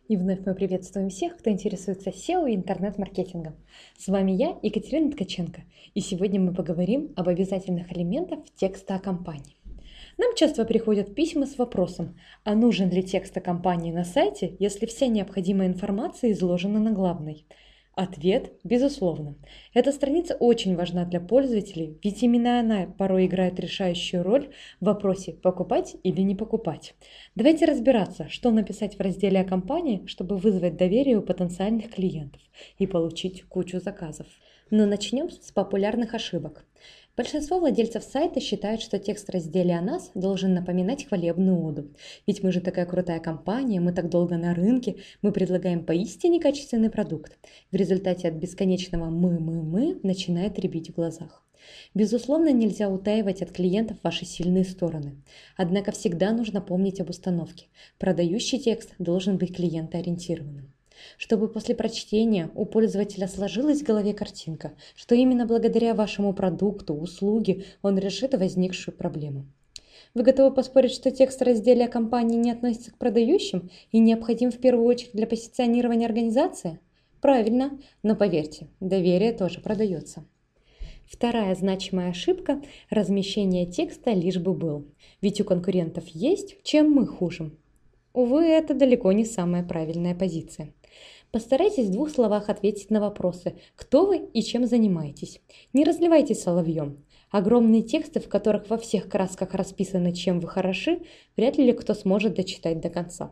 И вновь мы приветствуем всех, кто интересуется SEO и интернет-маркетингом. С вами я, Екатерина Ткаченко, и сегодня мы поговорим об обязательных элементах текста о компании. Нам часто приходят письма с вопросом, а нужен ли текст о компании на сайте, если вся необходимая информация изложена на главной? Ответ – безусловно. Эта страница очень важна для пользователей, ведь именно она порой играет решающую роль в вопросе «покупать или не покупать». Давайте разбираться, что написать в разделе о компании, чтобы вызвать доверие у потенциальных клиентов и получить кучу заказов. Но начнем с популярных ошибок. Большинство владельцев сайта считают, что текст в разделе о нас должен напоминать хвалебную оду. Ведь мы же такая крутая компания, мы так долго на рынке, мы предлагаем поистине качественный продукт. В результате от бесконечного «мы» начинает рябить в глазах. Безусловно, нельзя утаивать от клиентов ваши сильные стороны. Однако всегда нужно помнить об установке. Продающий текст должен быть клиентоориентированным. Чтобы после прочтения у пользователя сложилась в голове картинка, что именно благодаря вашему продукту, услуге он решит возникшую проблему. Вы готовы поспорить, что текст в разделе о компании не относится к продающим и необходим в первую очередь для позиционирования организации? Правильно, но поверьте, доверие тоже продается. Вторая значимая ошибка – размещение текста лишь бы был. Ведь у конкурентов есть, чем мы хуже. Увы, это далеко не самая правильная позиция. Постарайтесь в 2 словах ответить на вопросы, кто вы и чем занимаетесь. Не разливайтесь соловьем. Огромные тексты, в которых во всех красках расписано, чем вы хороши, вряд ли кто сможет дочитать до конца.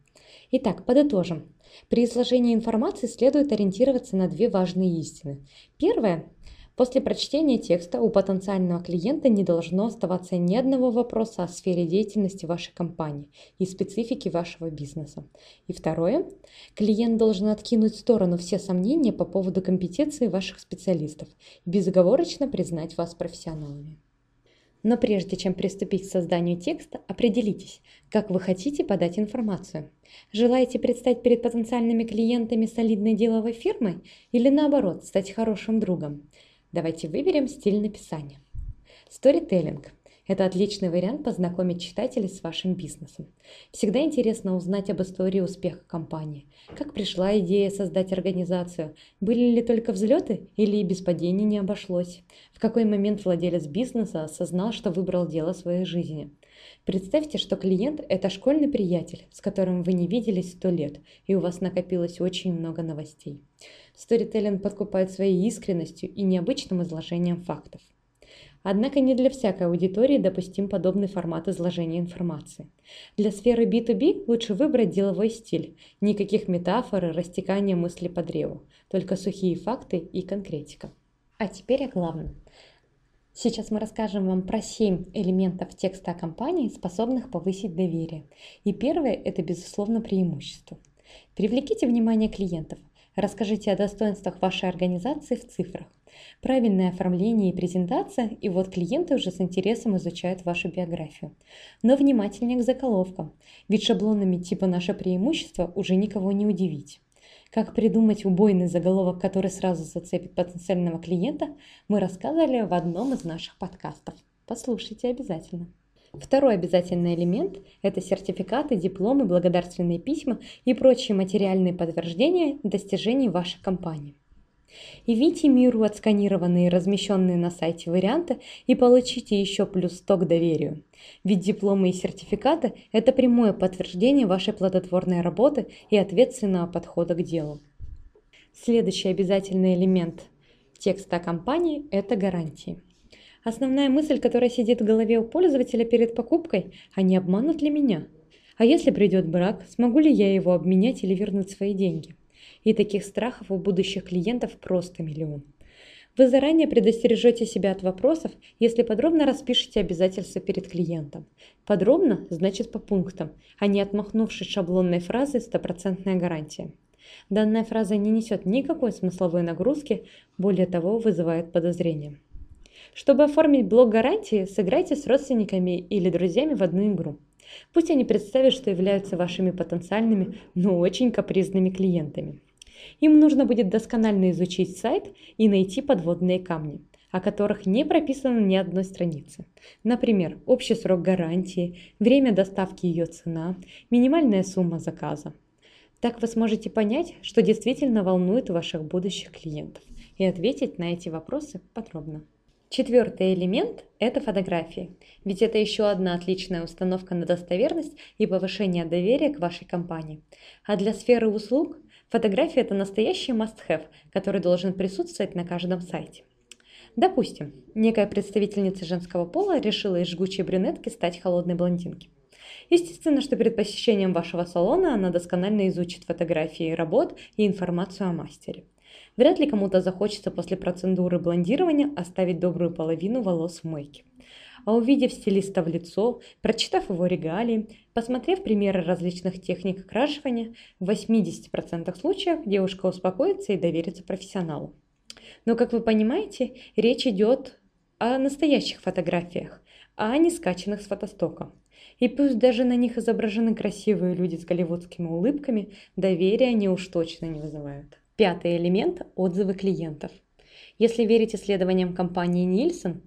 Итак, подытожим. При изложении информации следует ориентироваться на 2 важные истины. Первое. После прочтения текста у потенциального клиента не должно оставаться ни одного вопроса о сфере деятельности вашей компании и специфике вашего бизнеса. И второе. Клиент должен откинуть в сторону все сомнения по поводу компетенции ваших специалистов и безоговорочно признать вас профессионалами. Но прежде чем приступить к созданию текста, определитесь, как вы хотите подать информацию. Желаете предстать перед потенциальными клиентами солидной деловой фирмой или наоборот, стать хорошим другом? Давайте выберем стиль написания. Сторителлинг – это отличный вариант познакомить читателей с вашим бизнесом. Всегда интересно узнать об истории успеха компании. Как пришла идея создать организацию? Были ли только взлеты или и без падений не обошлось? В какой момент владелец бизнеса осознал, что выбрал дело своей жизни? Представьте, что клиент – это школьный приятель, с которым вы не виделись 100 лет, и у вас накопилось очень много новостей. Сторителлинг подкупает своей искренностью и необычным изложением фактов. Однако не для всякой аудитории допустим подобный формат изложения информации. Для сферы B2B лучше выбрать деловой стиль. Никаких метафор и растекания мысли по древу, только сухие факты и конкретика. А теперь о главном. Сейчас мы расскажем вам про 7 элементов текста о компании, способных повысить доверие. И первое – это, безусловно, преимущество. Привлеките внимание клиентов. Расскажите о достоинствах вашей организации в цифрах. Правильное оформление и презентация, и вот клиенты уже с интересом изучают вашу биографию. Но внимательнее к заголовкам, ведь шаблонами типа «наше преимущество» уже никого не удивить. Как придумать убойный заголовок, который сразу зацепит потенциального клиента, мы рассказывали в одном из наших подкастов. Послушайте обязательно. Второй обязательный элемент – это сертификаты, дипломы, благодарственные письма и прочие материальные подтверждения достижений вашей компании. Явите миру отсканированные и размещенные на сайте варианты и получите еще плюс 100 к доверию. Ведь дипломы и сертификаты – это прямое подтверждение вашей плодотворной работы и ответственного подхода к делу. Следующий обязательный элемент текста о компании – это гарантии. Основная мысль, которая сидит в голове у пользователя перед покупкой – а не обманут ли меня? А если придет брак, смогу ли я его обменять или вернуть свои деньги? И таких страхов у будущих клиентов просто миллион. Вы заранее предостережете себя от вопросов, если подробно распишете обязательства перед клиентом. Подробно значит по пунктам, а не отмахнувшись шаблонной фразой «стопроцентная гарантия». Данная фраза не несет никакой смысловой нагрузки, более того, вызывает подозрения. Чтобы оформить блок гарантии, сыграйте с родственниками или друзьями в одну игру. Пусть они представят, что являются вашими потенциальными, но очень капризными клиентами. Им нужно будет досконально изучить сайт и найти подводные камни, о которых не прописано ни одной страницы. Например, общий срок гарантии, время доставки и ее цена, минимальная сумма заказа. Так вы сможете понять, что действительно волнует ваших будущих клиентов, и ответить на эти вопросы подробно. Четвертый элемент – это фотографии, ведь это еще одна отличная установка на достоверность и повышение доверия к вашей компании. А для сферы услуг фотография – это настоящий must-have, который должен присутствовать на каждом сайте. Допустим, некая представительница женского пола решила из жгучей брюнетки стать холодной блондинкой. Естественно, что перед посещением вашего салона она досконально изучит фотографии работ и информацию о мастере. Вряд ли кому-то захочется после процедуры блондирования оставить добрую половину волос в мойке. А увидев стилиста в лицо, прочитав его регалии, посмотрев примеры различных техник окрашивания, в 80% случаев девушка успокоится и доверится профессионалу. Но, как вы понимаете, речь идет о настоящих фотографиях, а не скачанных с фотостока. И пусть даже на них изображены красивые люди с голливудскими улыбками, доверия они уж точно не вызывают. Пятый элемент – отзывы клиентов. Если верить исследованиям компании Nielsen,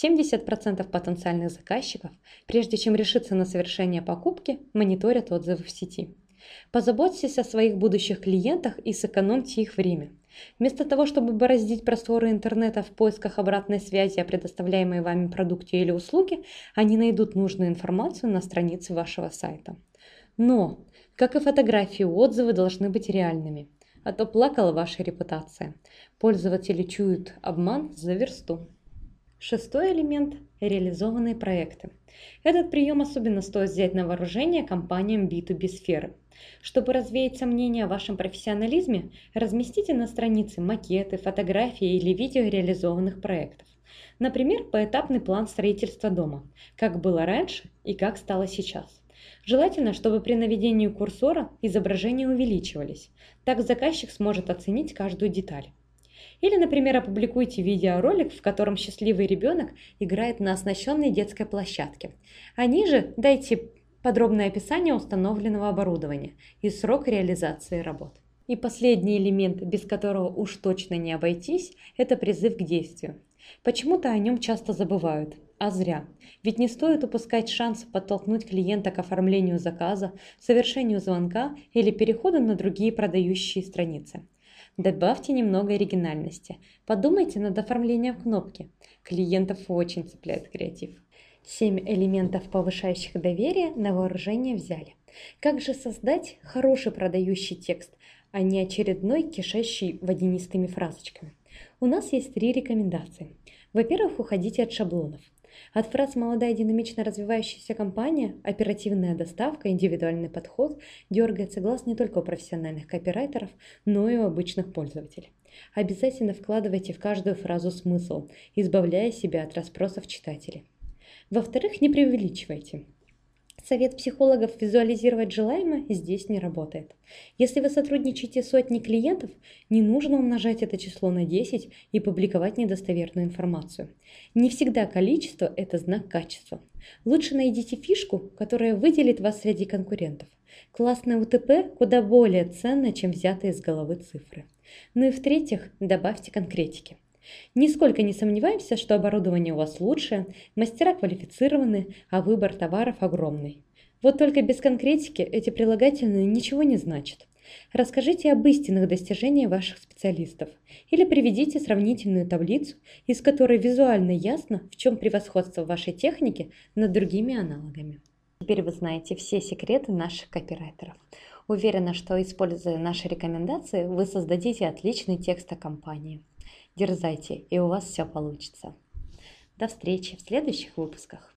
70% потенциальных заказчиков, прежде чем решиться на совершение покупки, мониторят отзывы в сети. Позаботьтесь о своих будущих клиентах и сэкономьте их время. Вместо того, чтобы бороздить просторы интернета в поисках обратной связи о предоставляемой вами продукте или услуге, они найдут нужную информацию на странице вашего сайта. Но, как и фотографии, отзывы должны быть реальными, а то плакала ваша репутация. Пользователи чуют обман за версту. Шестой элемент – реализованные проекты. Этот прием особенно стоит взять на вооружение компаниям B2B сферы. Чтобы развеять сомнения о вашем профессионализме, разместите на странице макеты, фотографии или видео реализованных проектов. Например, поэтапный план строительства дома, как было раньше и как стало сейчас. Желательно, чтобы при наведении курсора изображения увеличивались. Так заказчик сможет оценить каждую деталь. Или, например, опубликуйте видеоролик, в котором счастливый ребенок играет на оснащенной детской площадке. А ниже дайте подробное описание установленного оборудования и срок реализации работ. И последний элемент, без которого уж точно не обойтись, это призыв к действию. Почему-то о нем часто забывают, а зря. Ведь не стоит упускать шанс подтолкнуть клиента к оформлению заказа, совершению звонка или переходу на другие продающие страницы. Добавьте немного оригинальности. Подумайте над оформлением кнопки. Клиентов очень цепляет креатив. 7 элементов, повышающих доверие, на вооружение взяли. Как же создать хороший продающий текст, а не очередной, кишащий водянистыми фразочками? У нас есть 3 рекомендации. Во-первых, уходите от шаблонов. От фраз «молодая динамично развивающаяся компания», «оперативная доставка», «индивидуальный подход» дергается глаз не только у профессиональных копирайтеров, но и у обычных пользователей. Обязательно вкладывайте в каждую фразу смысл, избавляя себя от расспросов читателей. Во-вторых, не преувеличивайте. Совет психологов визуализировать желаемое здесь не работает. Если вы сотрудничаете с сотней клиентов, не нужно умножать это число на 10 и публиковать недостоверную информацию. Не всегда количество – это знак качества. Лучше найдите фишку, которая выделит вас среди конкурентов. Классное УТП куда более ценно, чем взятые из головы цифры. Ну и в-третьих, добавьте конкретики. Нисколько не сомневаемся, что оборудование у вас лучшее, мастера квалифицированы, а выбор товаров огромный. Вот только без конкретики эти прилагательные ничего не значат. Расскажите об истинных достижениях ваших специалистов или приведите сравнительную таблицу, из которой визуально ясно, в чем превосходство вашей техники над другими аналогами. Теперь вы знаете все секреты наших копирайтеров. Уверена, что, используя наши рекомендации, вы создадите отличный текст о компании. Дерзайте, и у вас все получится. До встречи в следующих выпусках.